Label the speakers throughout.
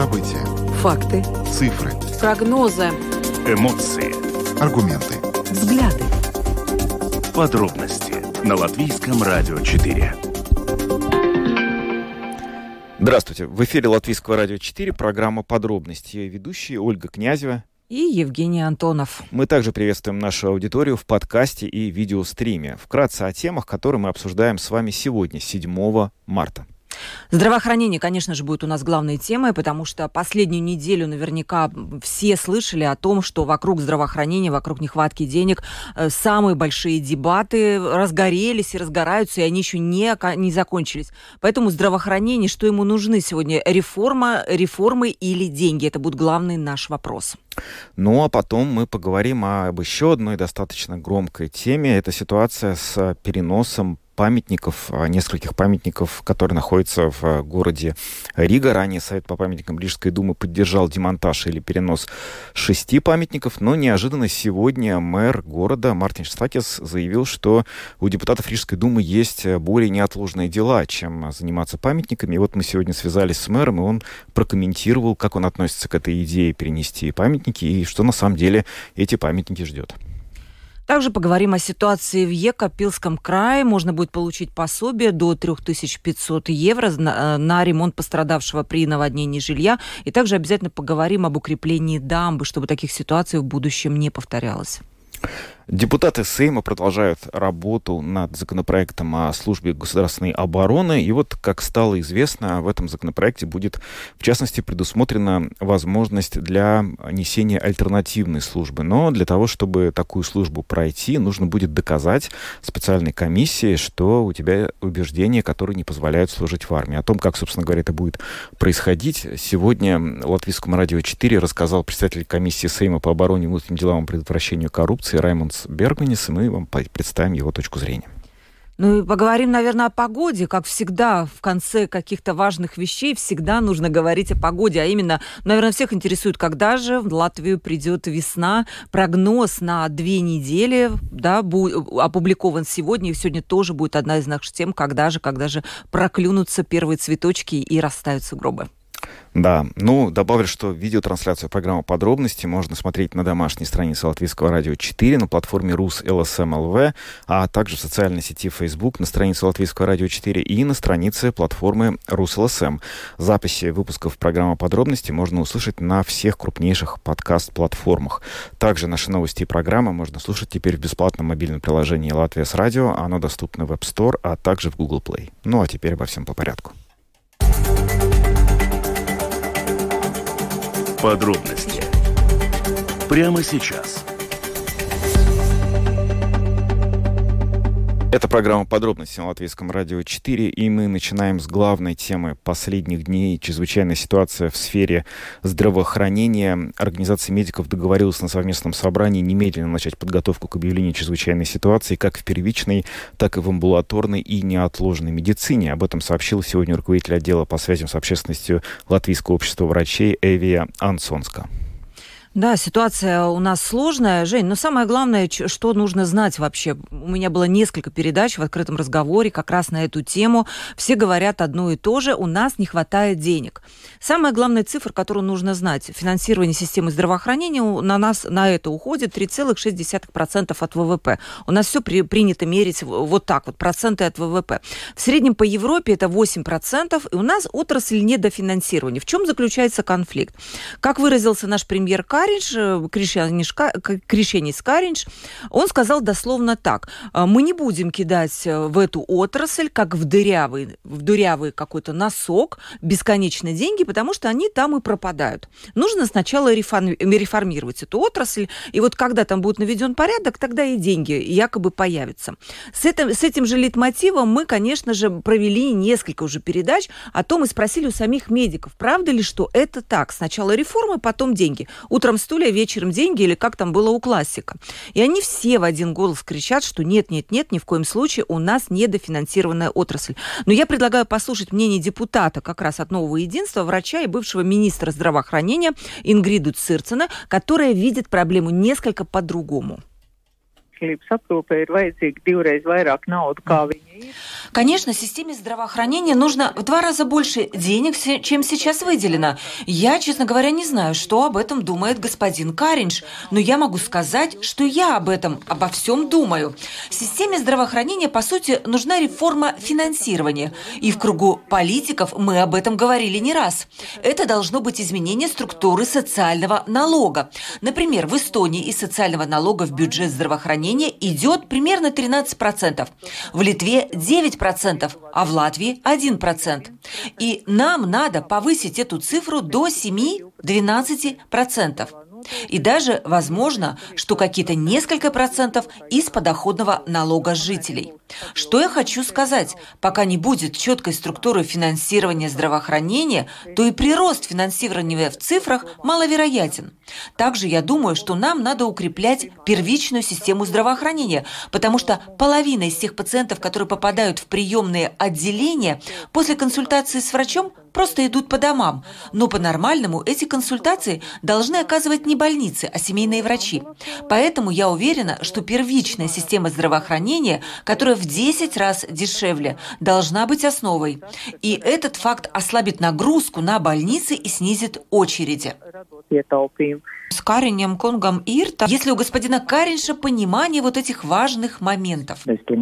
Speaker 1: События.
Speaker 2: Факты.
Speaker 1: Цифры.
Speaker 2: Прогнозы.
Speaker 3: Эмоции.
Speaker 1: Аргументы.
Speaker 2: Взгляды.
Speaker 3: Подробности на Латвийском радио 4.
Speaker 4: Здравствуйте. В эфире Латвийского радио 4, программа «Подробности». Ее ведущие Ольга Князева
Speaker 2: И Евгений Антонов.
Speaker 4: Мы также приветствуем нашу аудиторию в подкасте и видеостриме. Вкратце о темах, которые мы обсуждаем с вами сегодня, 7 марта.
Speaker 2: Здравоохранение, конечно же, будет у нас главной темой, потому что последнюю неделю наверняка все слышали о том, что вокруг здравоохранения, вокруг нехватки денег самые большие дебаты разгорелись и разгораются, и они еще не закончились. Поэтому здравоохранение, что ему нужны сегодня? Реформы или деньги? Это будет главный наш вопрос.
Speaker 4: Ну, а потом мы поговорим об еще одной достаточно громкой теме. Это ситуация с переносом нескольких памятников, которые находятся в городе Рига. Ранее Совет по памятникам Рижской думы поддержал демонтаж или перенос 6 памятников, но неожиданно сегодня мэр города Мартин Штакес заявил, что у депутатов Рижской думы есть более неотложные дела, чем заниматься памятниками. И вот мы сегодня связались с мэром, и он прокомментировал, как он относится к этой идее перенести памятники и что на самом деле эти памятники ждет.
Speaker 2: Также поговорим о ситуации в Екапельском крае. Можно будет получить пособие до 3500 евро на ремонт пострадавшего при наводнении жилья. И также обязательно поговорим об укреплении дамбы, чтобы таких ситуаций в будущем не повторялось.
Speaker 4: Депутаты Сейма продолжают работу над законопроектом о службе государственной обороны. И вот, как стало известно, в этом законопроекте будет, в частности, предусмотрена возможность для несения альтернативной службы. Но для того, чтобы такую службу пройти, нужно будет доказать специальной комиссии, что у тебя убеждения, которые не позволяют служить в армии. О том, как, собственно говоря, это будет происходить, сегодня Латвийскому радио 4 рассказал председатель комиссии Сейма по обороне, внутренним делам и предотвращению коррупции Раймондс Бергманис, и мы вам представим его точку зрения.
Speaker 2: Ну и поговорим, наверное, о погоде. Как всегда, в конце каких-то важных вещей всегда нужно говорить о погоде. А именно, наверное, всех интересует, когда же в Латвию придет весна. Прогноз на 2 недели, да, опубликован сегодня. И сегодня тоже будет одна из наших тем, когда же проклюнутся первые цветочки и растают сугробы.
Speaker 4: Да, добавлю, что видеотрансляцию программы «Подробности» можно смотреть на домашней странице Латвийского радио 4, на платформе РУС ЛСМ ЛВ, а также в социальной сети Facebook, на странице Латвийского радио 4 и на странице платформы РУС ЛСМ. Записи выпусков программы «Подробности» можно услышать на всех крупнейших подкаст-платформах. Также наши новости и программы можно слушать теперь в бесплатном мобильном приложении «Латвия с радио». Оно доступно в App Store, а также в Google Play. Ну а теперь обо всем по порядку.
Speaker 3: Подробности прямо сейчас.
Speaker 4: Это программа «Подробности» на Латвийском радио 4, и мы начинаем с главной темы последних дней. Чрезвычайная ситуация в сфере здравоохранения. Организация медиков договорилась на совместном собрании немедленно начать подготовку к объявлению чрезвычайной ситуации как в первичной, так и в амбулаторной и неотложной медицине. Об этом сообщил сегодня руководитель отдела по связям с общественностью Латвийского общества врачей Эвия Ансонска.
Speaker 2: Да, ситуация у нас сложная, Жень, но самое главное, что нужно знать вообще. У меня было несколько передач в открытом разговоре как раз на эту тему. Все говорят одно и то же: у нас не хватает денег. Самая главная цифра, которую нужно знать: финансирование системы здравоохранения на это уходит 3,6% от ВВП. У нас все принято мерить вот так вот, проценты от ВВП. В среднем по Европе это 8%, и у нас отрасль недофинансирования. В чем заключается конфликт? Как выразился наш премьер Кришьянис Кариньш, он сказал дословно так: мы не будем кидать в эту отрасль, как в дырявый какой-то носок, бесконечные деньги, потому что они там и пропадают. Нужно сначала реформировать эту отрасль, и вот когда там будет наведен порядок, тогда и деньги якобы появятся. С этим же лейтмотивом мы, конечно же, провели несколько уже передач о том и спросили у самих медиков, правда ли, что это так? Сначала реформы, потом деньги. Утром стулья, вечером деньги, или как там было у классика. И они все в один голос кричат, что нет, ни в коем случае у нас недофинансированная отрасль. Но я предлагаю послушать мнение депутата как раз от Нового единства, врача и бывшего министра здравоохранения Ингриду Цирцена, которая видит проблему несколько по-другому. Конечно, системе здравоохранения нужно в 2 раза больше денег, чем сейчас выделено. Я, честно говоря, не знаю, что об этом думает господин Каринш, но я могу сказать, что я обо всем думаю. Системе здравоохранения, по сути, нужна реформа финансирования. И в кругу политиков мы об этом говорили не раз. Это должно быть изменение структуры социального налога. Например, в Эстонии из социального налога в бюджет здравоохранения идет примерно 13%. В Литве 9%, а в Латвии 1%. И нам надо повысить эту цифру до 7-12%. И даже, возможно, что какие-то несколько процентов из подоходного налога жителей. Что я хочу сказать? Пока не будет четкой структуры финансирования здравоохранения, то и прирост финансирования в цифрах маловероятен. Также я думаю, что нам надо укреплять первичную систему здравоохранения, потому что половина из тех пациентов, которые попадают в приемные отделения, после консультации с врачом просто идут по домам. Но по-нормальному эти консультации должны оказывать не больницы, а семейные врачи. Поэтому я уверена, что первичная система здравоохранения, которая в 10 раз дешевле, должна быть основой. И этот факт ослабит нагрузку на больницы и снизит очереди. С Каринем Конгом Ирта, если у господина Каринша понимание вот этих важных моментов.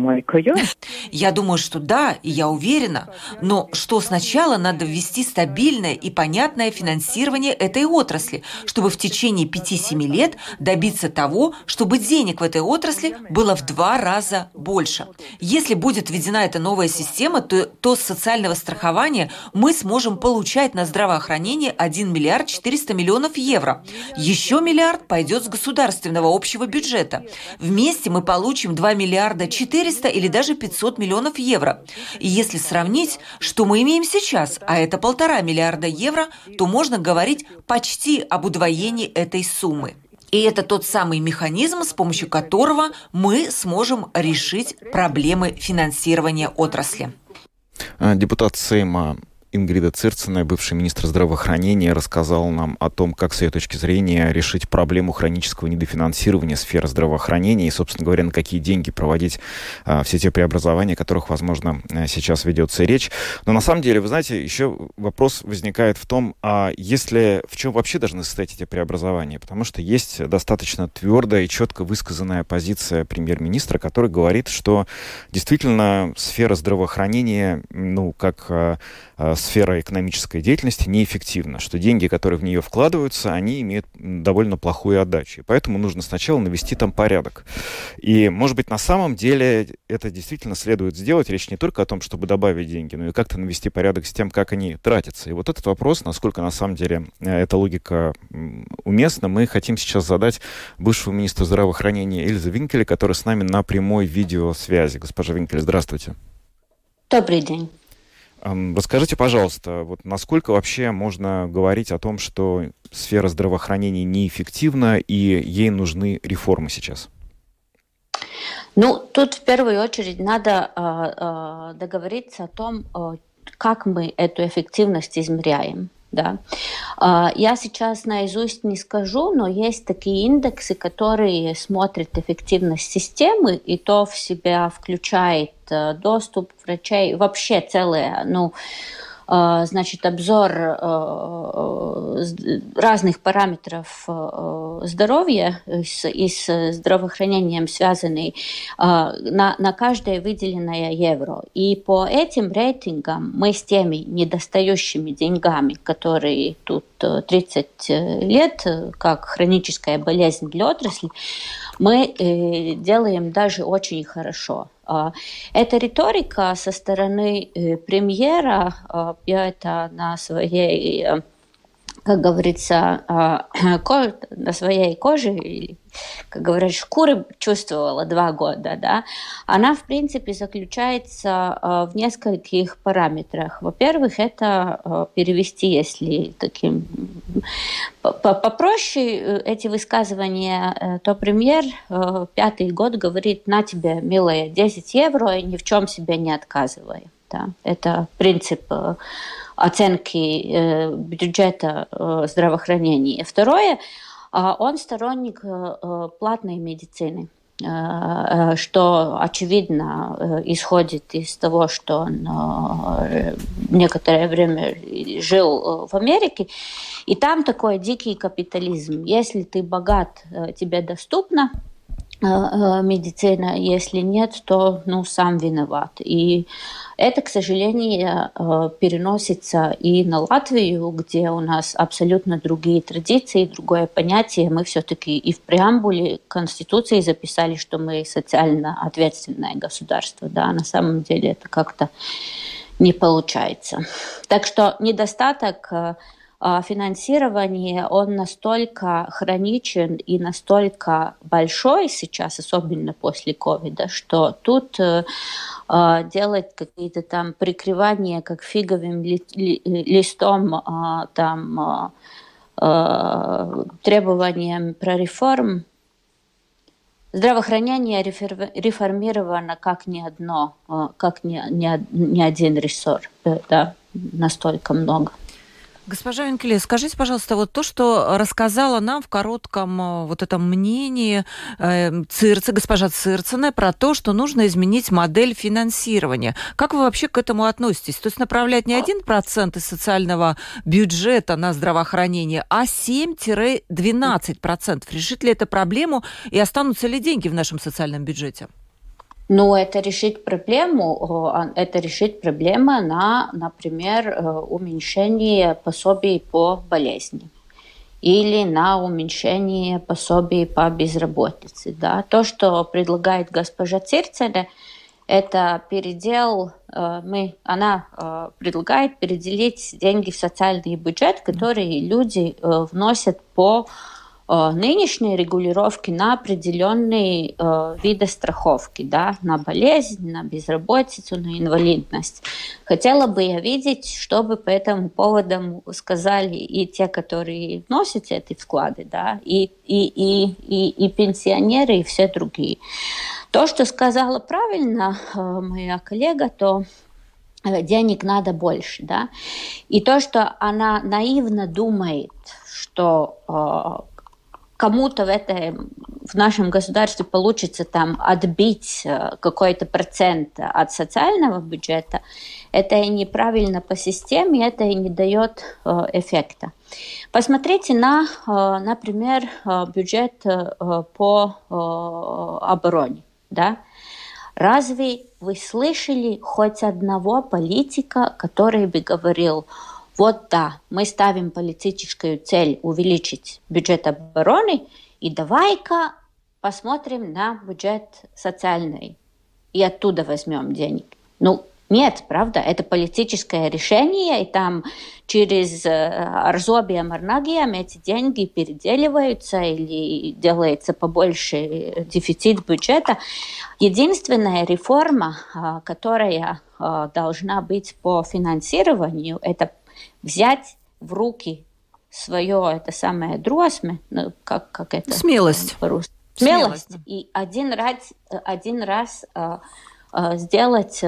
Speaker 2: Я думаю, что да, и я уверена. Но что сначала надо ввести стабильное и понятное финансирование этой отрасли, чтобы в течение 5-7 лет добиться того, чтобы денег в этой отрасли было в 2 раза больше. Если будет введена эта новая система, то с социального страхования мы сможем получать на здравоохранение 1 миллиард 400 миллионов евро. Еще 1 миллиард пойдет с государственного общего бюджета. Вместе мы получим 2 миллиарда 400 или даже 500 миллионов евро. И если сравнить, что мы имеем сейчас, а это 1,5 миллиарда евро, то можно говорить почти об удвоении этой суммы. И это тот самый механизм, с помощью которого мы сможем решить проблемы финансирования отрасли.
Speaker 4: Депутат Сейма Ингрида Цирцина, бывший министр здравоохранения, рассказал нам о том, как с ее точки зрения решить проблему хронического недофинансирования сферы здравоохранения и, собственно говоря, на какие деньги проводить все те преобразования, о которых, возможно, сейчас ведется речь. Но на самом деле, вы знаете, еще вопрос возникает в том, в чем вообще должны состоять эти преобразования, потому что есть достаточно твердая и четко высказанная позиция премьер-министра, который говорит, что действительно сфера здравоохранения, как сфера экономической деятельности неэффективна, что деньги, которые в нее вкладываются, они имеют довольно плохую отдачу. И поэтому нужно сначала навести там порядок. И, может быть, на самом деле это действительно следует сделать. Речь не только о том, чтобы добавить деньги, но и как-то навести порядок с тем, как они тратятся. И вот этот вопрос, насколько на самом деле эта логика уместна, мы хотим сейчас задать бывшему министру здравоохранения Эльзе Винкеле, которая с нами на прямой видеосвязи. Госпожа Винкеле, здравствуйте.
Speaker 1: Добрый день.
Speaker 4: Расскажите, пожалуйста, насколько вообще можно говорить о том, что сфера здравоохранения неэффективна и ей нужны реформы сейчас?
Speaker 1: Тут в первую очередь надо договориться о том, как мы эту эффективность измеряем. Да. Я сейчас наизусть не скажу, но есть такие индексы, которые смотрят эффективность системы, и то в себя включает доступ врачей, вообще целое, обзор разных параметров здоровья и с здравоохранением связанный на каждое выделенное евро. И по этим рейтингам мы с теми недостающими деньгами, которые тут 30 лет, как хроническая болезнь для отрасли, мы делаем даже очень хорошо. Эта риторика со стороны премьера, я это на своей, как говорится, на своей коже, или, как говорят, шкуре чувствовала 2 года, да, она, в принципе, заключается в нескольких параметрах. Во-первых, это перевести, если таким попроще эти высказывания, то премьер 5-й год говорит: на тебе, милая, 10 евро, и ни в чем себе не отказывай. Да. Это принцип оценки бюджета здравоохранения. Второе, он сторонник платной медицины. что, очевидно, исходит из того, что он некоторое время жил в Америке, и там такой дикий капитализм. Если ты богат, тебе доступно медицина, если нет, то сам виноват. И это, к сожалению, переносится и на Латвию, где у нас абсолютно другие традиции, другое понятие. Мы все-таки и в преамбуле Конституции записали, что мы социально ответственное государство. Да? На самом деле это как-то не получается. Так что недостаток финансирование, он настолько хроничен и настолько большой сейчас, особенно после ковида, что тут делать какие-то там прикрывания, как фиговым листом, требованиям про реформ. Здравоохранение реформировано как ни один ресор, да, настолько много.
Speaker 2: Госпожа Венкеле, скажите, пожалуйста, вот то, что рассказала нам в коротком вот этом мнении госпожа Цирцина про то, что нужно изменить модель финансирования. Как вы вообще к этому относитесь? То есть направлять не 1% из социального бюджета на здравоохранение, а 7-12%. Решит ли это проблему и останутся ли деньги в нашем социальном бюджете?
Speaker 1: Это решит проблему на, например, уменьшение пособий по болезни или на уменьшение пособий по безработице. Да? То, что предлагает госпожа Цирцина, это передел, она предлагает переделить деньги в социальный бюджет, которые люди вносят по нынешние регулировки на определенные виды страховки, да, на болезнь, на безработицу, на инвалидность. Хотела бы я видеть, чтобы по этому поводу сказали и те, которые вносят эти вклады, да, и пенсионеры, и все другие. То, что сказала правильно моя коллега, то денег надо больше, да, и то, что она наивно думает, что кому-то в нашем государстве получится там отбить какой-то процент от социального бюджета, это и неправильно по системе, это и не дает эффекта. Посмотрите на, например, бюджет по обороне. Да? Разве вы слышали хоть одного политика, который бы говорил: вот да, мы ставим политическую цель увеличить бюджет обороны, и давай-ка посмотрим на бюджет социальный, и оттуда возьмем денег. Нет, правда, это политическое решение, и там через Арзобием, Арнагием эти деньги переделиваются или делается побольше дефицит бюджета. Единственная реформа, которая должна быть по финансированию, это взять в руки свое, это самое дросме, как это?
Speaker 2: Смелость.
Speaker 1: По-русски. Смелость. И один раз сделать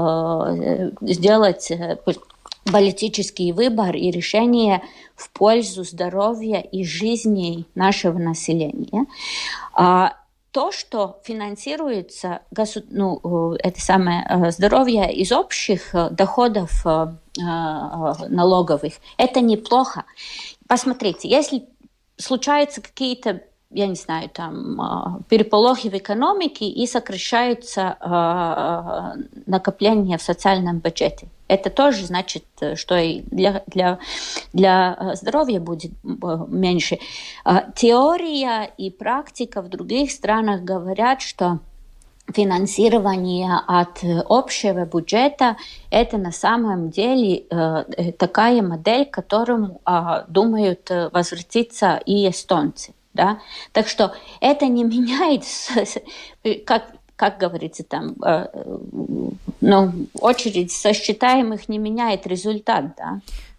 Speaker 1: политический выбор и решение в пользу здоровья и жизни нашего населения. То, что финансируется это самое здоровье из общих доходов налоговых, это неплохо. Посмотрите, если случаются какие-то, я не знаю, там переполохи в экономике и сокращаются накопления в социальном бюджете, это тоже значит, что и для здоровья будет меньше. Теория и практика в других странах говорят, что финансирование от общего бюджета – это на самом деле такая модель, к которому думают возвратиться и эстонцы. Да? Так что это не меняет, как говорится там, очередь сосчитаемых не меняет результат, да?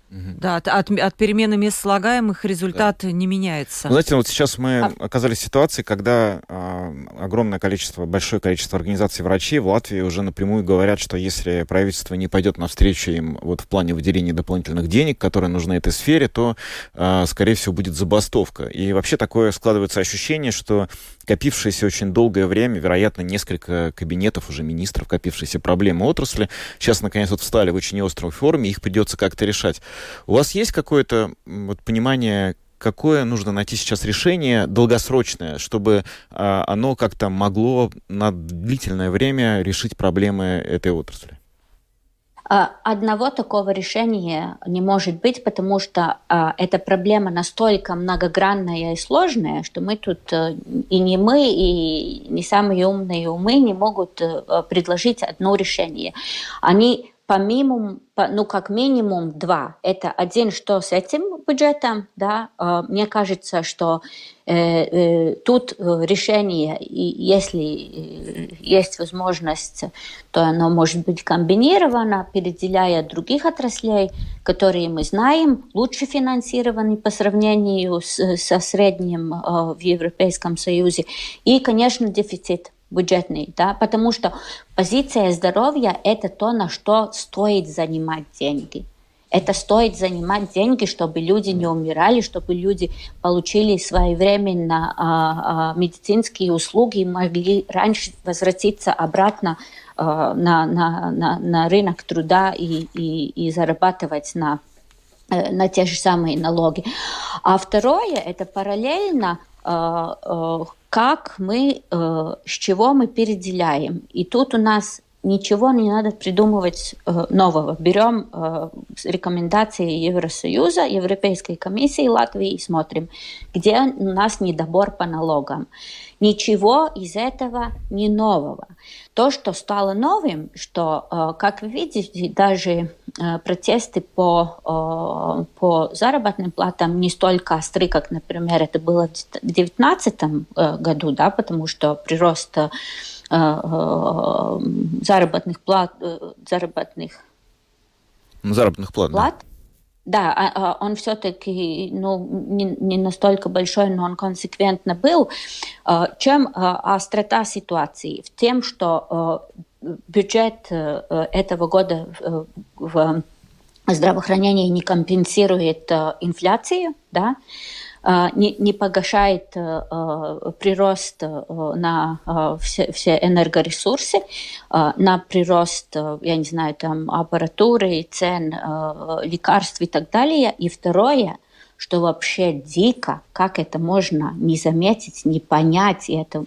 Speaker 2: Да, от перемены мест слагаемых результат не меняется.
Speaker 4: Знаете, вот сейчас мы оказались в ситуации, когда большое количество организаций врачей в Латвии уже напрямую говорят, что если правительство не пойдет навстречу им вот в плане выделения дополнительных денег, которые нужны этой сфере, то, скорее всего, будет забастовка. И вообще такое складывается ощущение, что копившиеся очень долгое время, вероятно, несколько кабинетов уже министров, копившиеся проблемы отрасли, сейчас, наконец, вот встали в очень острой форме, их придется как-то решать. У вас есть какое-то понимание, какое нужно найти сейчас решение долгосрочное, чтобы оно как-то могло на длительное время решить проблемы этой отрасли?
Speaker 1: Одного такого решения не может быть, потому что эта проблема настолько многогранная и сложная, что мы тут, и не мы, и не самые умные умы не могут предложить одно решение. Они помимо, как минимум два. Это один, что с этим бюджетом, да, мне кажется, что тут решение, и если есть возможность, то оно может быть комбинировано, переделяя других отраслей, которые мы знаем, лучше финансированы по сравнению со средним в Европейском Союзе. И, конечно, дефицит бюджетный, да, потому что позиция здоровья – это то, на что стоит занимать деньги. Это стоит занимать деньги, чтобы люди не умирали, чтобы люди получили своевременно медицинские услуги и могли раньше возвратиться обратно на рынок труда и зарабатывать на те же самые налоги. А второе – это параллельно как мы, с чего мы переделяем. И тут у нас ничего не надо придумывать нового. Берем рекомендации Евросоюза, Европейской комиссии Латвии и смотрим, где у нас недобор по налогам. Ничего из этого не нового. То, что стало новым, что, как вы видите, даже протесты по заработным платам не столько остры, как, например, это было в 2019 году, да, потому что прирост заработных плат. Да, он все-таки не настолько большой, но он консеквентно был. Чем острота ситуации? В том, что бюджет этого года в здравоохранении не компенсирует инфляцию, да? Не погашает прирост на все энергоресурсы, на прирост, я не знаю, там аппаратуры, цен, лекарств и так далее. И второе, что вообще дико, как это можно не заметить, не понять, и это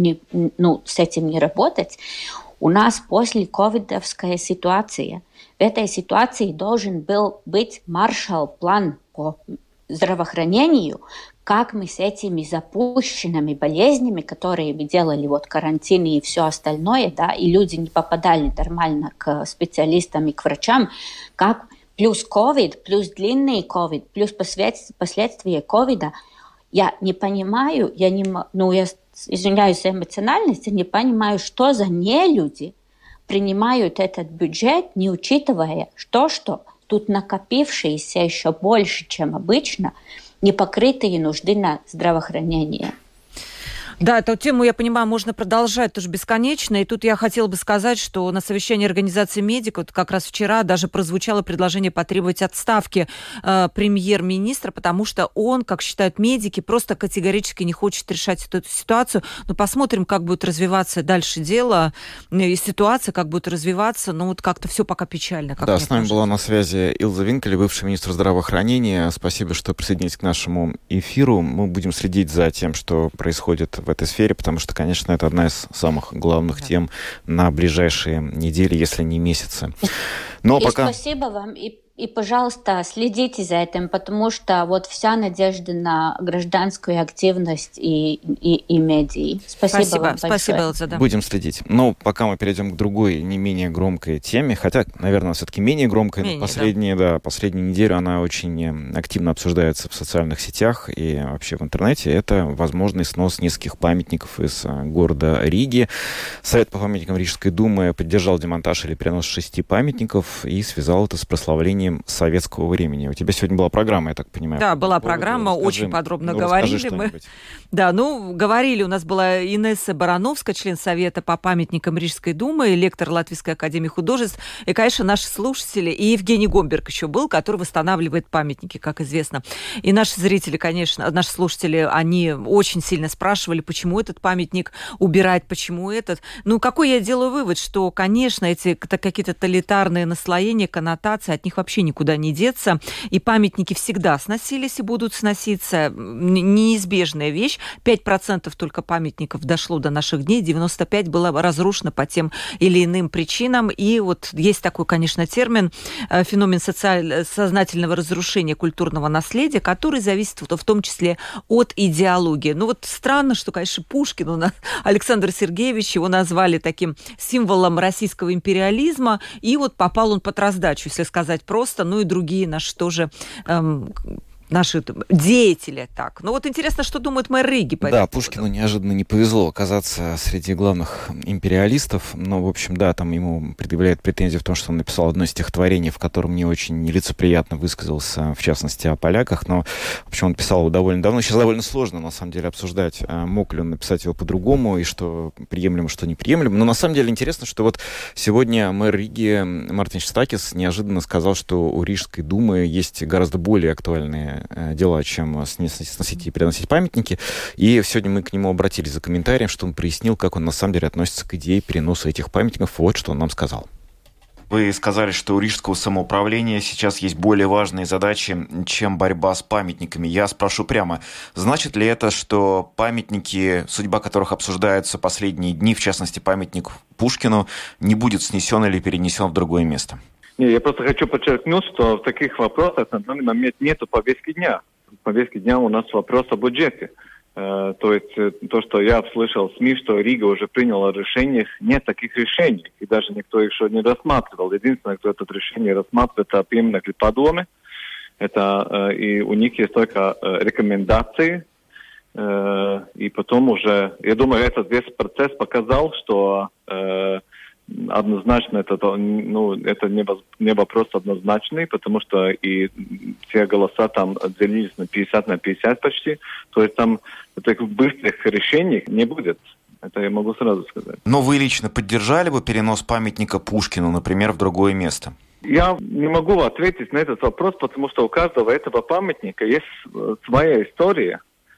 Speaker 1: с этим не работать. У нас после ковидовская ситуация. В этой ситуации должен был быть Маршалл-план по здравоохранению, как мы с этими запущенными болезнями, которые мы делали, карантин и все остальное, да, и люди не попадали нормально к специалистам и к врачам, как плюс ковид, плюс длинный ковид, плюс последствия ковида, я не понимаю, я извиняюсь за эмоциональность, я не понимаю, что за нелюди принимают этот бюджет, не учитывая, что тут накопившиеся еще больше, чем обычно, непокрытые нужды на здравоохранение.
Speaker 2: Да, эту тему, я понимаю, можно продолжать тоже бесконечно. И тут я хотела бы сказать, что на совещании организации медиков как раз вчера даже прозвучало предложение потребовать отставки премьер-министра, потому что он, как считают медики, просто категорически не хочет решать эту ситуацию. Но посмотрим, как будет развиваться дальше дело и ситуация, как будет развиваться. Как-то все пока печально.
Speaker 4: Да, с нами была на связи Илза Винкель, бывший министр здравоохранения. Спасибо, что присоединились к нашему эфиру. Мы будем следить за тем, что происходит в этой сфере, потому что, конечно, это одна из самых главных тем на ближайшие недели, если не месяцы. Но пока...
Speaker 1: Спасибо вам. И, пожалуйста, следите за этим, потому что вся надежда на гражданскую активность и медиа. Спасибо вам большое.
Speaker 2: Спасибо, Элза, да.
Speaker 4: Будем следить. Но пока мы перейдем к другой, не менее громкой теме, хотя, наверное, все-таки менее громкой, последнюю неделю она очень активно обсуждается в социальных сетях и вообще в интернете. Это возможный снос нескольких памятников из города Риги. Совет по памятникам Рижской думы поддержал демонтаж или перенос 6 памятников и связал это с прославлением впечатлением советского времени. У тебя сегодня была программа, я так понимаю.
Speaker 2: Да, была программа, очень подробно говорили мы. Да, говорили, у нас была Инесса Барановская, член Совета по памятникам Рижской думы, лектор Латвийской академии художеств, и, конечно, наши слушатели, и Евгений Гомберг еще был, который восстанавливает памятники, как известно. И наши зрители, конечно, наши слушатели, они очень сильно спрашивали, почему этот памятник убирать, почему этот. Какой я делаю вывод, что, конечно, эти какие-то тоталитарные наслоения, коннотации, от них вообще никуда не деться, и памятники всегда сносились и будут сноситься. Неизбежная вещь. 5% только памятников дошло до наших дней, 95% было разрушено по тем или иным причинам. И вот есть такой, конечно, термин, феномен сознательного разрушения культурного наследия, который зависит в том числе от идеологии. Странно, что, конечно, Пушкин, Александр Сергеевич, его назвали таким символом российского империализма, и попал он под раздачу, если сказать просто, и другие наши тоже наши деятели. Так. Интересно, что думает мэр Риги по этому
Speaker 4: Пушкину
Speaker 2: поводу.
Speaker 4: Неожиданно не повезло оказаться среди главных империалистов. В общем, там ему предъявляют претензии в том, что он написал одно стихотворение, в котором не очень нелицеприятно высказался, в частности, о поляках. Но, в общем, он писал его довольно давно. Сейчас довольно сложно, на самом деле, обсуждать, мог ли он написать его по-другому, и что приемлемо, что неприемлемо. Но, на самом деле, интересно, что сегодня мэр Риги Мартин Штакис неожиданно сказал, что у Рижской думы есть гораздо более актуальные дела, чем сносить и переносить памятники. И сегодня мы к нему обратились за комментарием, что он прояснил, как он на самом деле относится к идее переноса этих памятников. Вот что он нам сказал. Вы сказали, что у рижского самоуправления сейчас есть более важные задачи, чем борьба с памятниками. Я спрошу прямо, значит ли это, что памятники, судьба которых обсуждается последние дни, в частности памятник Пушкину, не будет снесен или перенесен в другое место?
Speaker 5: Не, я просто хочу подчеркнуть, что в таких вопросах на данный момент нет повестки дня. В повестке дня у нас вопрос о бюджете. То есть то, что я слышал в СМИ, что Рига уже приняла решение, нет таких решений. И даже никто их еще не рассматривал. Единственное, кто это решение рассматривает, это пиемнокļi падоме. Это и у них есть только рекомендации. И потом уже, я думаю, этот весь процесс показал, что однозначно это не вопрос однозначный, потому что и все голоса там делились на 50 почти. То есть там таких быстрых решений не будет. Это я могу сразу сказать.
Speaker 4: Но вы лично поддержали бы перенос памятника Пушкину, например, в другое место?
Speaker 5: Я не могу ответить на этот вопрос, потому что у каждого этого памятника есть своя история,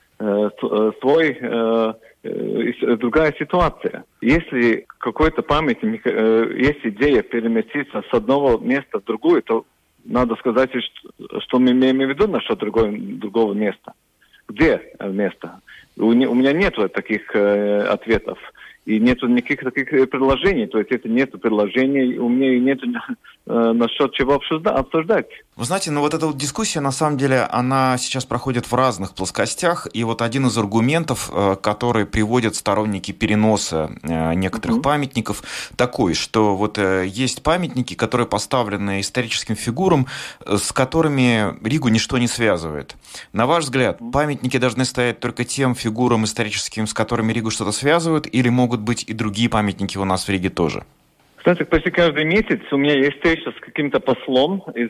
Speaker 5: другая ситуация. Если какой-то памятник, есть идея переместиться с одного места в другое, то надо сказать, что мы имеем в виду насчет другого места. Где место? У меня нет таких ответов. И нет никаких таких предложений. То есть это нет предложений, у меня нет насчет чего обсуждать.
Speaker 4: Вы знаете, эта дискуссия, на самом деле, она сейчас проходит в разных плоскостях. И один из аргументов, который приводят сторонники переноса некоторых памятников, такой, что есть памятники, которые поставлены историческим фигурам, с которыми Ригу ничто не связывает. На ваш взгляд, памятники должны стоять только тем фигурам историческим, с которыми Ригу что-то связывают, или могут быть и другие памятники у нас в Риге тоже?
Speaker 5: Кстати, почти каждый месяц у меня есть встреча с каким-то послом из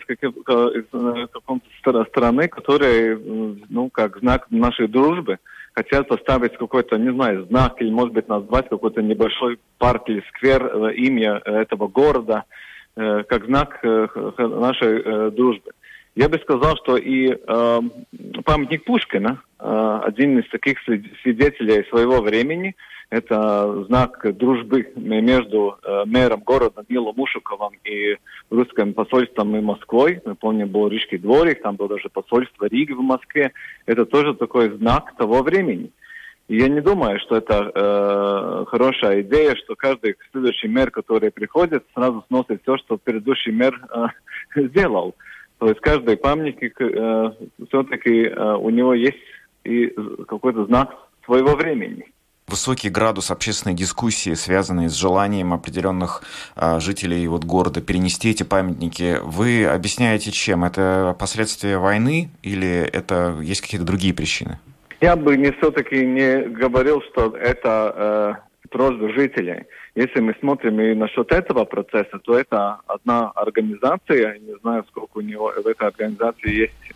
Speaker 5: какой-то страны, который, как знак нашей дружбы, хотят поставить какой-то, не знаю, знак, или, может быть, назвать какой-то небольшой парк или сквер, имя этого города, как знак нашей дружбы. Я бы сказал, что и памятник Пушкина, один из таких свидетелей своего времени, это знак дружбы между мэром города Нилом Ушаковым и русским посольством и Москвой. Мы помним, был Рижский дворик, там было даже посольство Риги в Москве. Это тоже такой знак того времени. И я не думаю, что это хорошая идея, что каждый следующий мэр, который приходит, сразу сносит все, что предыдущий мэр сделал. То есть каждый памятник все-таки у него есть и какой-то знак своего времени.
Speaker 4: Высокий градус общественной дискуссии, связанный с желанием определенных жителей города перенести эти памятники, вы объясняете чем? Это последствия войны или это есть какие-то другие причины?
Speaker 5: Я бы все-таки не говорил, что это просьба жителей. Если мы смотрим и насчет этого процесса, то это одна организация, я не знаю, сколько у него в этой организации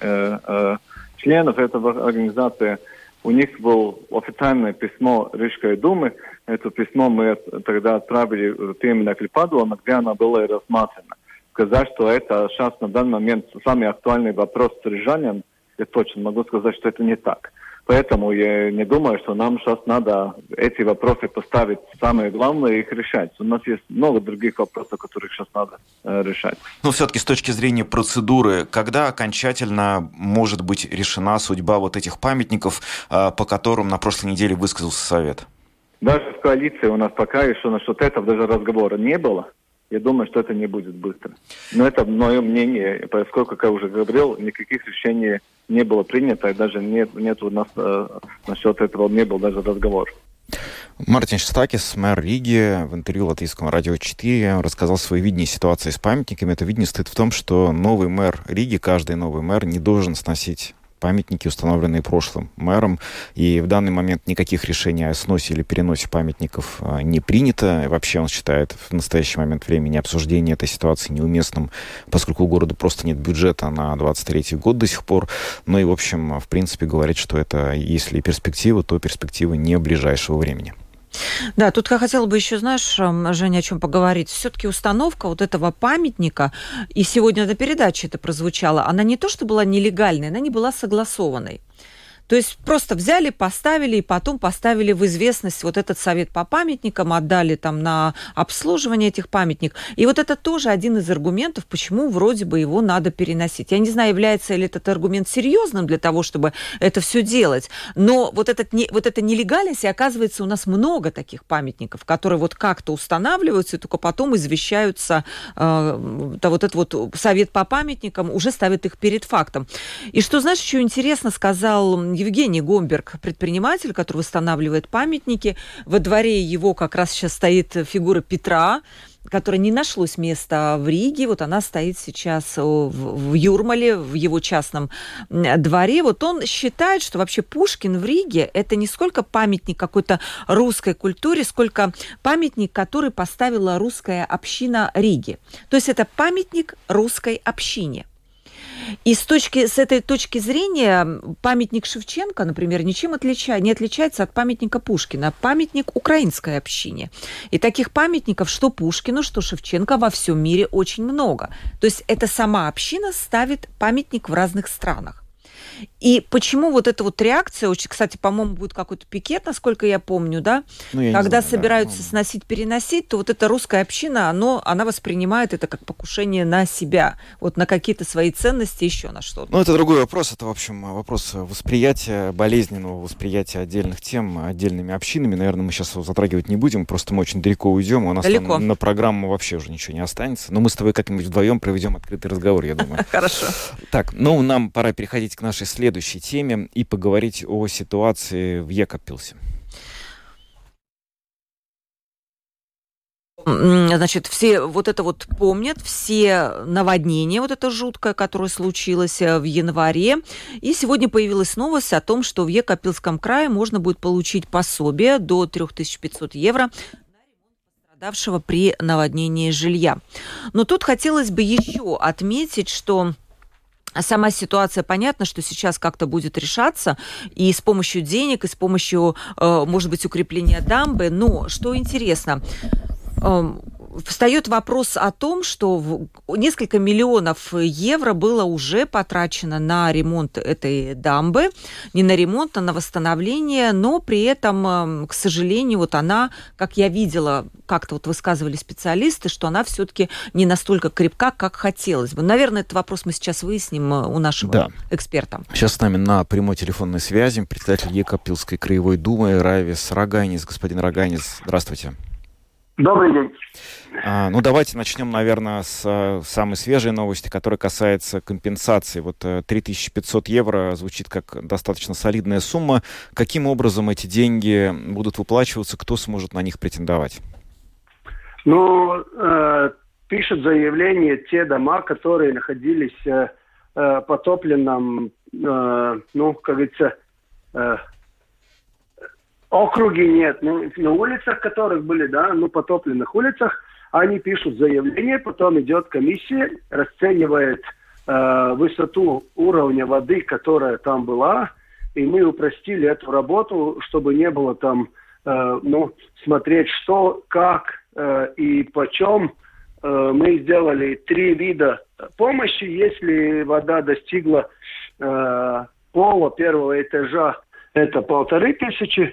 Speaker 5: есть членов этой организации. У них было официальное письмо Рижской думы. Это письмо мы тогда отправили в премию Клепадона, где она была рассмотрена. Сказать, что это сейчас на данный момент самый актуальный вопрос с рижанам, я точно могу сказать, что это не так. Поэтому я не думаю, что нам сейчас надо эти вопросы поставить самое главное и их решать. У нас есть много других вопросов, которых сейчас надо решать.
Speaker 4: Но все-таки с точки зрения процедуры, когда окончательно может быть решена судьба вот этих памятников, по которым на прошлой неделе высказался Совет?
Speaker 5: Даже в коалиции у нас пока еще насчет этого даже разговора не было. Я думаю, что это не будет быстро. Но это мое мнение, поскольку, как я уже говорил, никаких решений не было принято, и даже нет у нас насчет этого не было даже разговора.
Speaker 4: Мартин Шестакис, мэр Риги, в интервью Латвийскому радио 4 рассказал свое видение ситуации с памятниками. Это видение стоит в том, что новый мэр Риги, каждый новый мэр не должен сносить памятники, установленные прошлым мэром. И в данный момент никаких решений о сносе или переносе памятников не принято. И вообще он считает в настоящий момент времени обсуждения этой ситуации неуместным, поскольку у города просто нет бюджета на 23-й год до сих пор. Ну и, в общем, в принципе, говорит, что это, если и перспектива, то перспектива не ближайшего времени.
Speaker 2: Да, тут я хотела бы еще, знаешь, Женя, о чем поговорить. Все-таки установка вот этого памятника, и сегодня на передаче это прозвучало, она не то, что была нелегальной, она не была согласованной. То есть просто взяли, поставили, и потом поставили в известность вот этот совет по памятникам, отдали там на обслуживание этих памятников. И вот это тоже один из аргументов, почему вроде бы его надо переносить. Я не знаю, является ли этот аргумент серьезным для того, чтобы это все делать, но вот эта нелегальность, и оказывается, у нас много таких памятников, которые вот как-то устанавливаются, и только потом извещаются, вот этот вот совет по памятникам уже ставит их перед фактом. И что, знаешь, еще интересно сказал Евгений Гомберг, предприниматель, который восстанавливает памятники. Во дворе его как раз сейчас стоит фигура Петра, которая не нашлось места в Риге. Вот она стоит сейчас в Юрмале, в его частном дворе. Вот он считает, что вообще Пушкин в Риге – это не сколько памятник какой-то русской культуре, сколько памятник, который поставила русская община Риги. То есть это памятник русской общине. И с этой точки зрения памятник Шевченко, например, ничем не отличается от памятника Пушкина. Памятник украинской общине. И таких памятников, что Пушкину, что Шевченко, во всем мире очень много. То есть это сама община ставит памятник в разных странах. И почему вот эта вот реакция, кстати, по-моему, будет какой-то пикет, насколько я помню, да? Когда собираются сносить, переносить, то вот эта русская община, она воспринимает это как покушение на себя, вот на какие-то свои ценности, еще на что-то.
Speaker 4: Ну, это другой вопрос. Это, в общем, вопрос восприятия, болезненного восприятия отдельных тем отдельными общинами. Наверное, мы сейчас его затрагивать не будем, просто мы очень далеко уйдем, у нас там на программу вообще уже ничего не останется. Но мы с тобой как-нибудь вдвоем проведем открытый разговор, я думаю.
Speaker 2: Хорошо.
Speaker 4: Так, ну, нам пора переходить к нашей следующей теме и поговорить о ситуации в Екапилсе.
Speaker 2: Значит, все вот это вот помнят, все наводнения, вот это жуткое, которое случилось в январе. И сегодня появилась новость о том, что в Екапилском крае можно будет получить пособие до 3500 евро пострадавшего при наводнении жилья. Но тут хотелось бы еще отметить, что сама ситуация, понятно, что сейчас как-то будет решаться и с помощью денег, и с помощью, может быть, укрепления дамбы. Но что интересно, встает вопрос о том, что несколько миллионов евро было уже потрачено на ремонт этой дамбы. Не на ремонт, а на восстановление, но при этом, к сожалению, вот она, как я видела, как-то вот высказывали специалисты, что она все-таки не настолько крепка, как хотелось бы. Наверное, этот вопрос мы сейчас выясним у нашего эксперта.
Speaker 4: Сейчас с нами на прямой телефонной связи председатель Екапилской краевой думы Райвис Раганис. Господин Раганис, здравствуйте.
Speaker 6: Добрый день.
Speaker 4: Ну, давайте начнем, наверное, с самой свежей новости, которая касается компенсации. Вот 3500 евро звучит как достаточно солидная сумма. Каким образом эти деньги будут выплачиваться? Кто сможет на них претендовать?
Speaker 6: Ну, пишут заявление те дома, которые находились в потопленном, ну, как говорится, округи нет. Ну, на улицах, которых были, да, ну, потопленных улицах, они пишут заявление, потом идет комиссия, расценивает высоту уровня воды, которая там была, и мы упростили эту работу, чтобы не было там, смотреть, что, как и почем. Мы сделали 3 вида помощи. Если вода достигла пола первого этажа, это 1500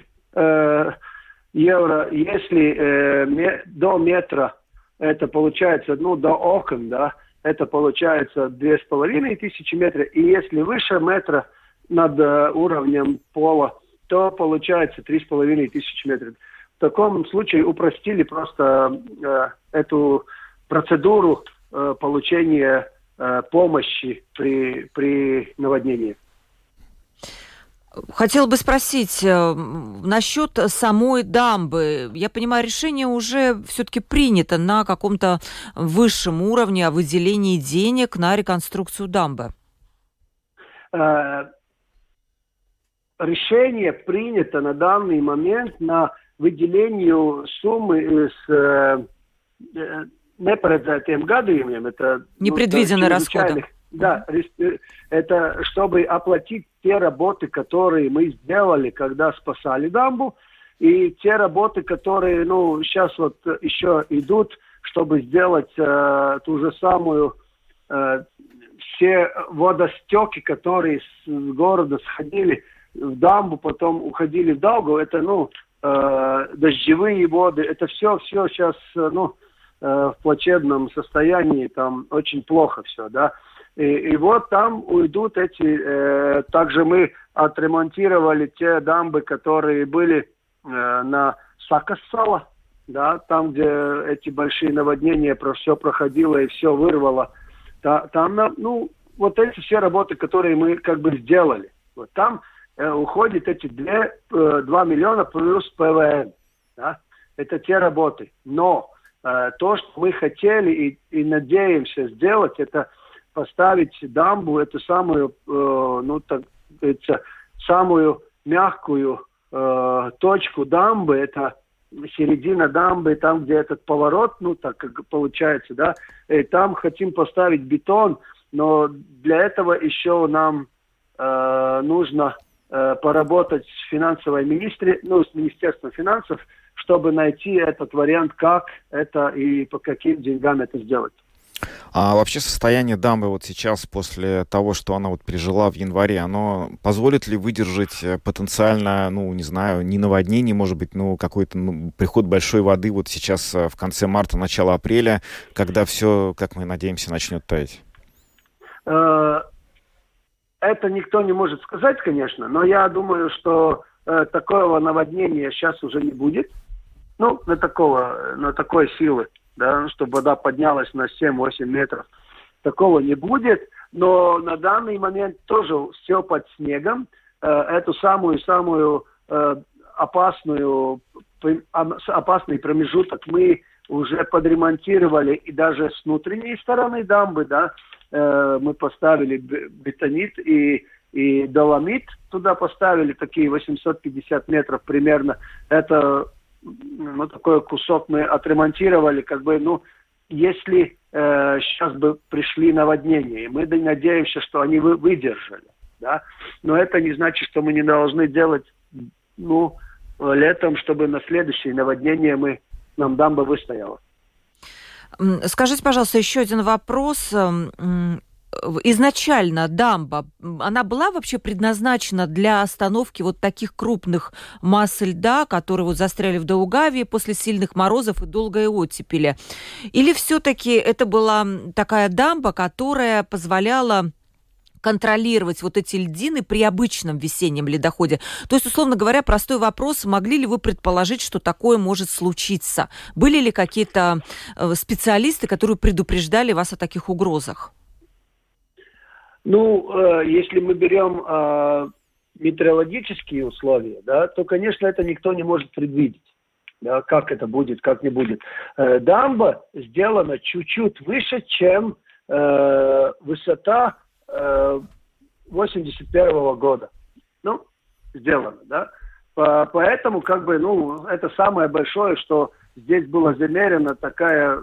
Speaker 6: евро. Если до метра, это получается, до окон, да, это получается 2500 метров. И если выше метра над уровнем пола, то получается 3500 метров. В таком случае упростили просто эту процедуру получения помощи при наводнении.
Speaker 2: Хотела бы спросить насчет самой дамбы. Я понимаю, решение уже все-таки принято на каком-то высшем уровне о выделении денег на реконструкцию дамбы.
Speaker 6: Решение принято на данный момент на выделение суммы с непредвиденным гаданием. Это
Speaker 2: непредвиденные расходы.
Speaker 6: Да, это чтобы оплатить те работы, которые мы сделали, когда спасали дамбу, и те работы, которые, сейчас вот еще идут, чтобы сделать ту же самую, все водостеки, которые с города сходили в дамбу, потом уходили в Даугаву, это, дождевые воды, это все сейчас, в плачевном состоянии, там очень плохо все, да. И вот там уйдут эти... также мы отремонтировали те дамбы, которые были на Сакассала, да, там, где эти большие наводнения, все проходило и все вырвало. Там, вот эти все работы, которые мы как бы сделали. Вот там уходят эти 2 миллиона плюс ПВН. Да? Это те работы. Но то, что мы хотели и надеемся сделать, это поставить дамбу, эту самую, самую мягкую точку дамбы, это середина дамбы, там, где этот поворот, так как получается, да, и там хотим поставить бетон, но для этого еще нам нужно поработать с финансовой с Министерством финансов, чтобы найти этот вариант, как это и по каким деньгам это сделать.
Speaker 4: А вообще состояние дамбы вот сейчас, после того, что она вот пережила в январе, оно позволит ли выдержать потенциально, не знаю, не наводнение, может быть, какой-то приход большой воды вот сейчас в конце марта, начало апреля, когда все, как мы надеемся, начнет таять?
Speaker 6: Это никто не может сказать, конечно, но я думаю, что такого наводнения сейчас уже не будет. На такой силы. Да, чтобы вода поднялась на 7-8 метров. Такого не будет, но на данный момент тоже все под снегом. Эту самую опасный промежуток мы уже подремонтировали, и даже с внутренней стороны дамбы, да, мы поставили бетонит и доломит туда поставили, такие 850 метров примерно. Это такой кусок мы отремонтировали, если сейчас бы пришли наводнения, мы надеемся, что они выдержали, да, но это не значит, что мы не должны делать, летом, чтобы на следующее наводнение нам дамба выстояла.
Speaker 2: Скажите, пожалуйста, еще один вопрос. Изначально дамба, она была вообще предназначена для остановки вот таких крупных масс льда, которые вот застряли в Даугаве после сильных морозов и долгой оттепели? Или все-таки это была такая дамба, которая позволяла контролировать вот эти льдины при обычном весеннем ледоходе? То есть, условно говоря, простой вопрос, могли ли вы предположить, что такое может случиться? Были ли какие-то специалисты, которые предупреждали вас о таких угрозах?
Speaker 6: Если мы берем метеорологические условия, да, то, конечно, это никто не может предвидеть, да, как это будет, как не будет. Дамба сделана чуть-чуть выше, чем высота 81 года. Сделано, да. Поэтому, это самое большое, что здесь было замерено такое,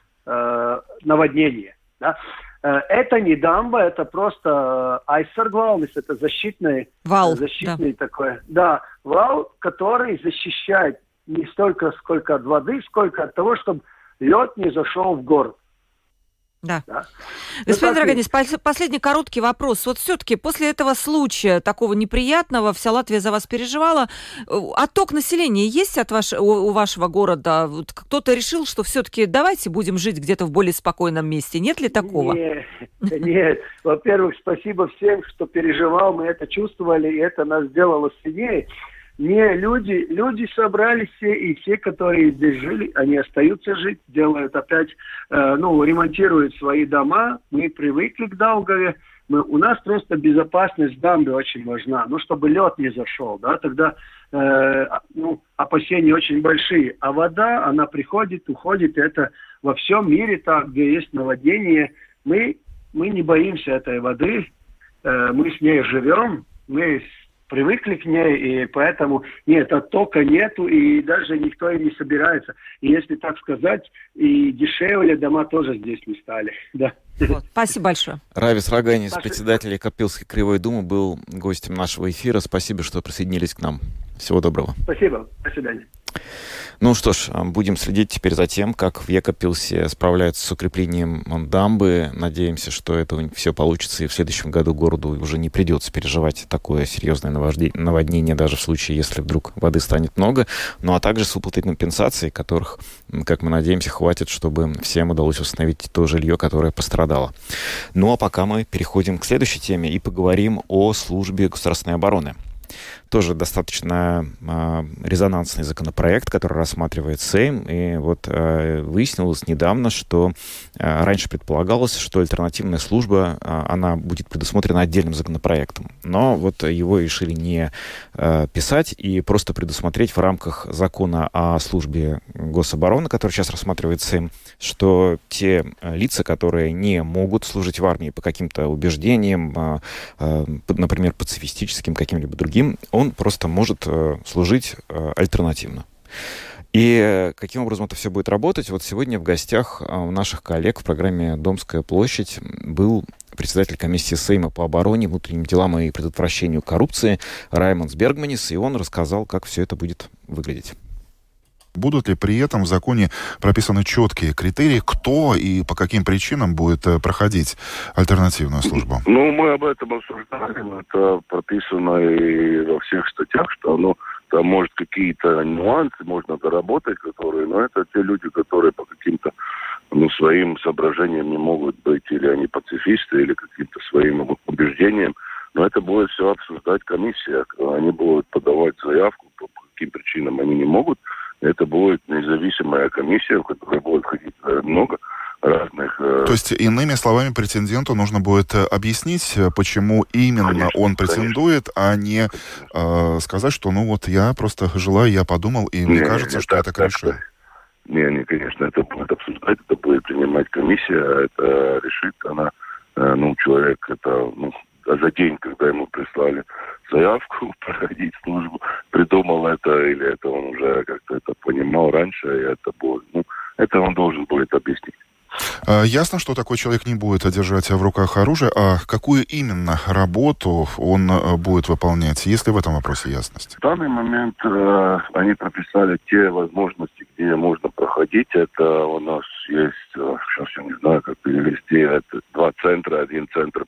Speaker 6: наводнение. Да? Это не дамба, это просто айсергвал, это защитный
Speaker 2: вал,
Speaker 6: такой. Да, вал, который защищает не столько, сколько от воды, сколько от того, чтобы лед не зашел в город.
Speaker 2: Да. Господин Драганис, последний короткий вопрос. Вот все-таки после этого случая, такого неприятного, вся Латвия за вас переживала. Отток населения есть у вашего города? Вот кто-то решил, что все-таки давайте будем жить где-то в более спокойном месте. Нет ли такого?
Speaker 6: Нет. Во-первых, спасибо всем, кто переживал. Мы это чувствовали, и это нас сделало сильнее. Не, люди собрались все, и все, которые здесь жили, они остаются жить, делают опять, ремонтируют свои дома. Мы привыкли к Даугаве. У нас просто безопасность дамбы очень важна. Чтобы лед не зашел, да, тогда опасения очень большие. А вода, она приходит, уходит. Это во всем мире так, где есть наводнение. Мы не боимся этой воды. Мы с ней живем. Мы привыкли к ней, и поэтому оттока нету, и даже никто и не собирается. И если так сказать, и дешевле дома тоже здесь не стали. Да.
Speaker 2: Вот. Спасибо большое.
Speaker 4: Равис Раганис, председатель Копилской краевой думы, был гостем нашего эфира. Спасибо, что присоединились к нам. Всего доброго.
Speaker 6: Спасибо. До свидания.
Speaker 4: Ну что ж, будем следить теперь за тем, как в Екапилсе справляются с укреплением дамбы. Надеемся, что это все получится, и в следующем году городу уже не придется переживать такое серьезное наводнение, даже в случае, если вдруг воды станет много. Ну а также с выплатой компенсаций, которых, как мы надеемся, хватит, чтобы всем удалось восстановить то жилье, которое пострадало. Ну а пока мы переходим к следующей теме и поговорим о службе государственной обороны. Тоже достаточно резонансный законопроект, который рассматривает Сейм. И вот выяснилось недавно, что раньше предполагалось, что альтернативная служба, она будет предусмотрена отдельным законопроектом. Но вот его решили не писать и просто предусмотреть в рамках закона о службе гособороны, который сейчас рассматривает Сейм, что те лица, которые не могут служить в армии по каким-то убеждениям, например, пацифистическим, каким-либо другим, он просто может служить альтернативно. И каким образом это все будет работать? Вот сегодня в гостях у наших коллег в программе «Домская площадь» был председатель комиссии Сейма по обороне, внутренним делам и предотвращению коррупции Раймондс Бергманис, и он рассказал, как все это будет выглядеть.
Speaker 7: Будут ли при этом в законе прописаны четкие критерии, кто и по каким причинам будет проходить альтернативную службу?
Speaker 8: Мы об этом обсуждали. Это прописано и во всех статьях, что там может какие-то нюансы можно доработать, но это те люди, которые по каким-то своим соображениям не могут быть, или они пацифисты, или каким-то своим убеждениям. Но это будет все обсуждать комиссия. Они будут подавать заявку, по каким причинам они не могут. Это будет независимая комиссия, в которой будет ходить много разных...
Speaker 7: То есть, иными словами, претенденту нужно будет объяснить, почему именно он претендует, а не сказать, что я просто желаю, я подумал, и мне кажется, что я так решил.
Speaker 8: Не, конечно, это будет обсуждать, это будет принимать комиссия, это решит она, человек, это, за день, когда ему прислали заявку проходить службу, придумал это, или это он уже как-то это понимал раньше, и это будет, это он должен будет объяснить.
Speaker 7: Ясно, что такой человек не будет держать в руках оружие, а какую именно работу он будет выполнять? Есть ли в этом вопросе ясность?
Speaker 8: В данный момент они прописали те возможности, где можно проходить. Это у нас есть, сейчас я не знаю, как перевести, это 2 центра, 1 центр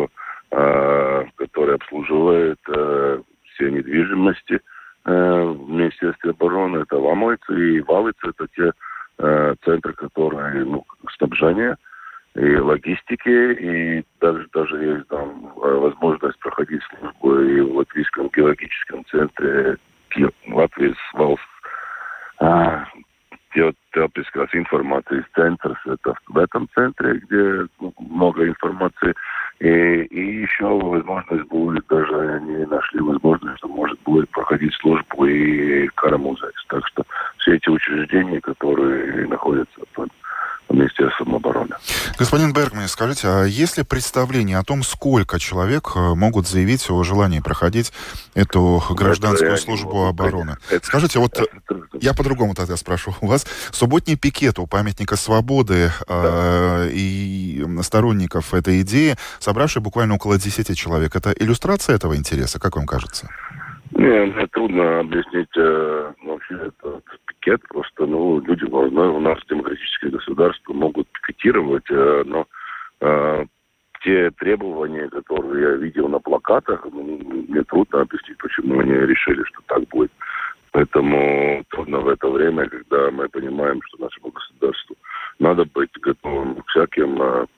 Speaker 8: который обслуживает все недвижимости в Министерстве обороны. Это Ломойцы и Валыцы, это те центры, которые снабжения и логистики, и даже есть там возможность проходить службу и в Латвийском геологическом центре Латвии Телпискās информации центр, это в этом центре, где много информации. И еще возможность будет, даже они нашли возможность, что может будет проходить службу и Карамузais. Так что все эти учреждения, которые находятся под Министерством обороны.
Speaker 7: Господин Бергманис, скажите, а есть ли представление о том, сколько человек могут заявить о желании проходить эту гражданскую службу обороны? Скажите, вот я по-другому тогда спрошу. У вас субботний пикет у памятника Свободы и сторонников этой идеи, собравший буквально около 10 человек. Это иллюстрация этого интереса, как вам кажется?
Speaker 8: Мне трудно объяснить вообще этот пикет. Просто, люди у нас демократические государства могут пикетировать, но те требования, которые я видел на плакатах, мне трудно объяснить, почему они решили, что так будет. Поэтому трудно в это время, когда мы понимаем, что нашему государству надо быть готовым к всяким,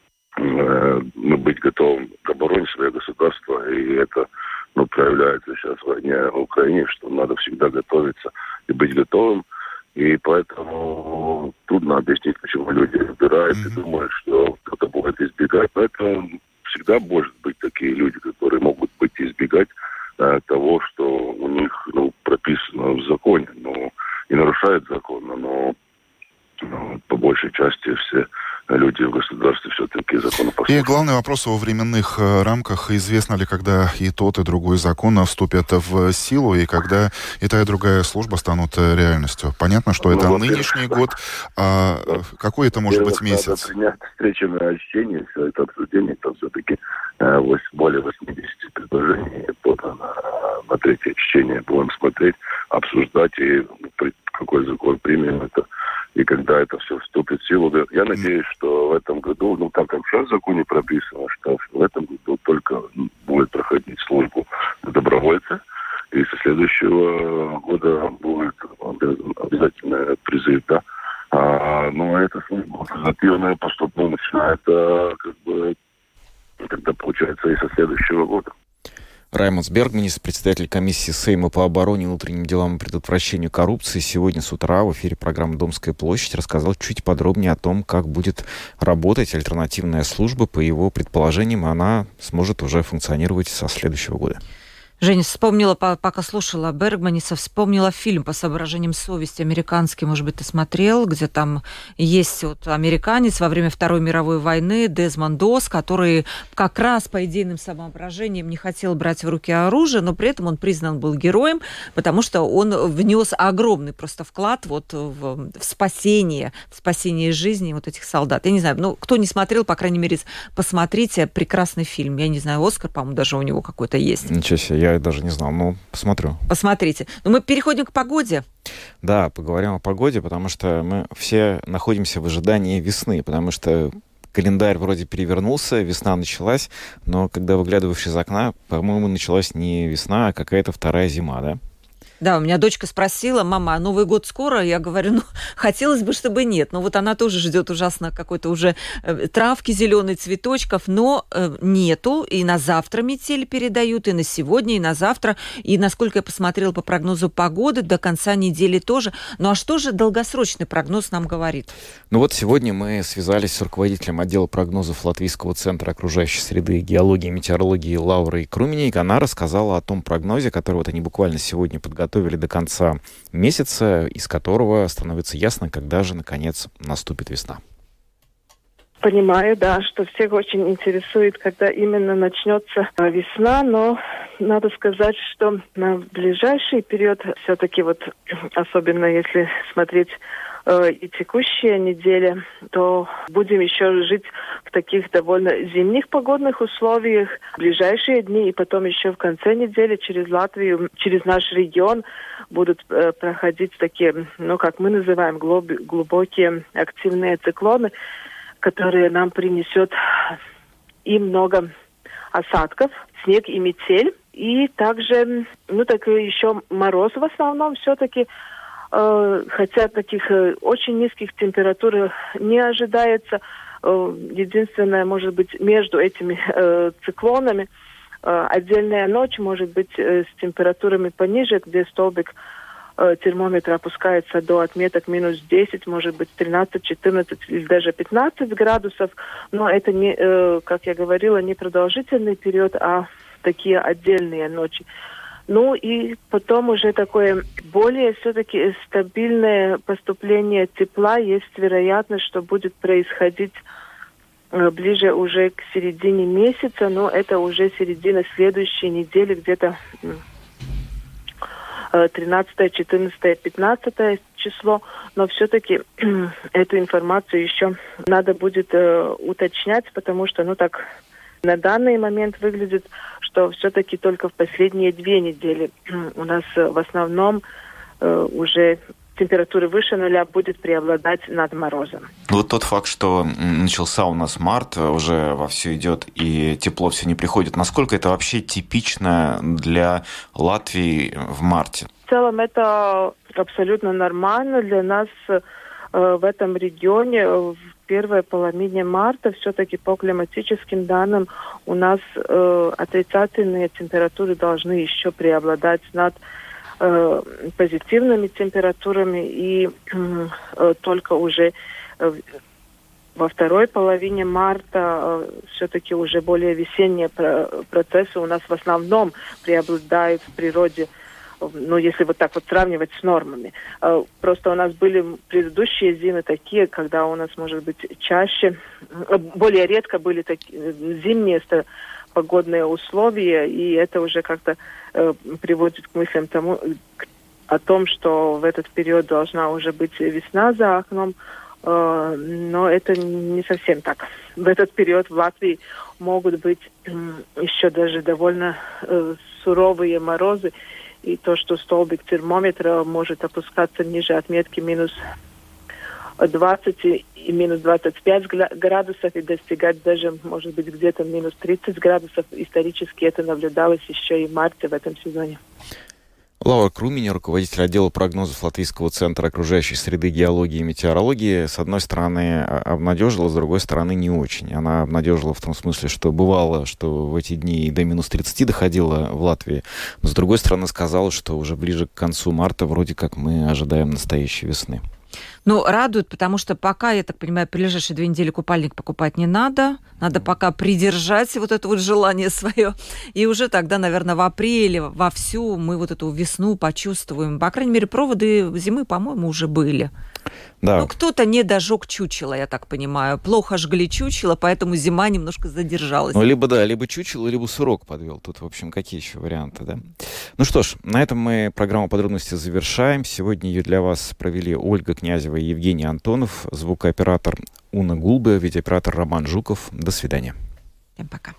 Speaker 8: быть готовым к обороне своего государства, и это проявляется сейчас в войне в Украине, что надо всегда готовиться и быть готовым. И поэтому трудно объяснить, почему люди выбирают и думают, что кто-то будет избегать. Поэтому всегда может быть такие люди, которые могут избегать того, что у них прописано в законе, и нарушают закон, но по большей части все люди в государстве все-таки законопослушны.
Speaker 7: И главный вопрос о временных рамках. Известно ли, когда и тот, и другой закон вступят в силу, и когда и та, и другая служба станут реальностью? Понятно, что это нынешний год, а какой это может быть месяц?
Speaker 8: Надо принять встреченное ощущение, все это обсуждение, там все-таки более 80 предложений подано на третье чтение. Будем смотреть, обсуждать, и какой закон примем это. И когда это все вступит в силу, я надеюсь, что в этом году, так как сейчас в законе прописано, что в этом году только будет проходить службу добровольца, и со следующего года будет обязательно призыв, да. Но эта служба факультативная поступно начинается, тогда получается и со следующего года.
Speaker 4: Раймондс Бергманис, председатель комиссии Сейма по обороне, внутренним делам и предотвращению коррупции, сегодня с утра в эфире программы «Домская площадь» рассказал чуть подробнее о том, как будет работать альтернативная служба. По его предположениям, она сможет уже функционировать со следующего года.
Speaker 2: Женя, вспомнила, пока слушала Бергманиса, вспомнила фильм «По соображениям совести» американский, может быть, ты смотрел, где там есть американец во время Второй мировой войны, Дезмонд Дос, который как раз по идейным соображениям не хотел брать в руки оружие, но при этом он признан был героем, потому что он внес огромный просто вклад в спасение жизни этих солдат. Я не знаю, кто не смотрел, по крайней мере, посмотрите, прекрасный фильм. Я не знаю, Оскар, по-моему, даже у него какой-то есть.
Speaker 4: Ничего себе, я даже не знал, но посмотрю.
Speaker 2: Посмотрите. Мы переходим к погоде.
Speaker 4: Да, поговорим о погоде, потому что мы все находимся в ожидании весны, потому что календарь вроде перевернулся, весна началась, но когда выглядываешь из окна, по-моему, началась не весна, а какая-то вторая зима, да?
Speaker 2: Да, у меня дочка спросила: мама, а Новый год скоро? Я говорю, хотелось бы, чтобы нет. Но она тоже ждет ужасно какой-то уже травки зеленой, цветочков, но нету. И на завтра метель передают, и на сегодня, и на завтра. И, насколько я посмотрела по прогнозу погоды, до конца недели тоже. Ну а что же долгосрочный прогноз нам говорит?
Speaker 4: Сегодня мы связались с руководителем отдела прогнозов Латвийского центра окружающей среды, геологии и метеорологии Лаурой Круминей. Она рассказала о том прогнозе, который они буквально сегодня подготовили до конца месяца, из которого становится ясно, когда же, наконец, наступит весна.
Speaker 9: Понимаю, да, что всех очень интересует, когда именно начнется весна, но надо сказать, что на ближайший период все-таки особенно если смотреть и текущая неделя, то будем еще жить в таких довольно зимних погодных условиях в ближайшие дни, и потом еще в конце недели через Латвию, через наш регион будут проходить такие, как мы называем, глубокие активные циклоны, которые нам принесет и много осадков, снег и метель, и также, еще мороз в основном все-таки. Хотя таких очень низких температур не ожидается. Единственное, может быть, между этими циклонами отдельная ночь может быть с температурами пониже, где столбик термометра опускается до отметок минус 10, может быть, 13, 14 или даже 15 градусов. Но это, не, как я говорила, не продолжительный период, а такие отдельные ночи. Ну и потом уже такое более все-таки стабильное поступление тепла. Есть вероятность, что будет происходить ближе уже к середине месяца, но это уже середина следующей недели, где-то 13, 14, 15 число. Но все-таки эту информацию еще надо будет уточнять, потому что, так на данный момент выглядит, что все-таки только в последние 2 недели у нас в основном уже температура выше 0 будет преобладать над морозом.
Speaker 4: Вот тот факт, что начался у нас март, уже вовсю идет, и тепло все не приходит. Насколько это вообще типично для Латвии в марте?
Speaker 9: В целом это абсолютно нормально для нас в этом регионе. В первой половине марта все-таки по климатическим данным у нас отрицательные температуры должны еще преобладать над позитивными температурами, и только уже во второй половине марта все-таки уже более весенние процессы у нас в основном преобладают в природе, если вот так вот сравнивать с нормами. Просто у нас были предыдущие зимы такие, когда у нас, может быть, чаще, более редко были такие зимние погодные условия, и это уже как-то приводит к мыслям о том, что в этот период должна уже быть весна за окном, но это не совсем так. В этот период в Латвии могут быть еще даже довольно суровые морозы, и то, что столбик термометра может опускаться ниже отметки минус 20 и минус 25 градусов и достигать даже, может быть, где-то минус 30 градусов. Исторически это наблюдалось еще и в марте в этом сезоне.
Speaker 4: Лаура Крумини, руководитель отдела прогнозов Латвийского центра окружающей среды, геологии и метеорологии, с одной стороны обнадежила, с другой стороны не очень. Она обнадежила в том смысле, что бывало, что в эти дни до минус 30 доходило в Латвии, но с другой стороны сказала, что уже ближе к концу марта вроде как мы ожидаем настоящей весны.
Speaker 2: Радует, потому что пока, я так понимаю, ближайшие 2 недели купальник покупать не надо. Надо пока придержать вот это вот желание свое. И уже тогда, наверное, в апреле вовсю мы вот эту весну почувствуем. По крайней мере, проводы зимы, по-моему, уже были. Да. Кто-то не дожег чучело, я так понимаю. Плохо жгли чучело, поэтому зима немножко задержалась.
Speaker 4: Либо чучело, либо сурок подвел. Тут, в общем, какие еще варианты, да? Ну что ж, на этом мы программу «Подробности» завершаем. Сегодня ее для вас провели Ольга Князева и Евгений Антонов, звукооператор Уна Гулбе, видеооператор Роман Жуков. До свидания.
Speaker 2: Всем пока.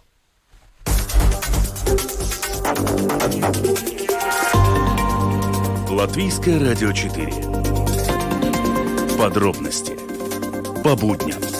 Speaker 3: Латвийское радио 4. Подробности по будням.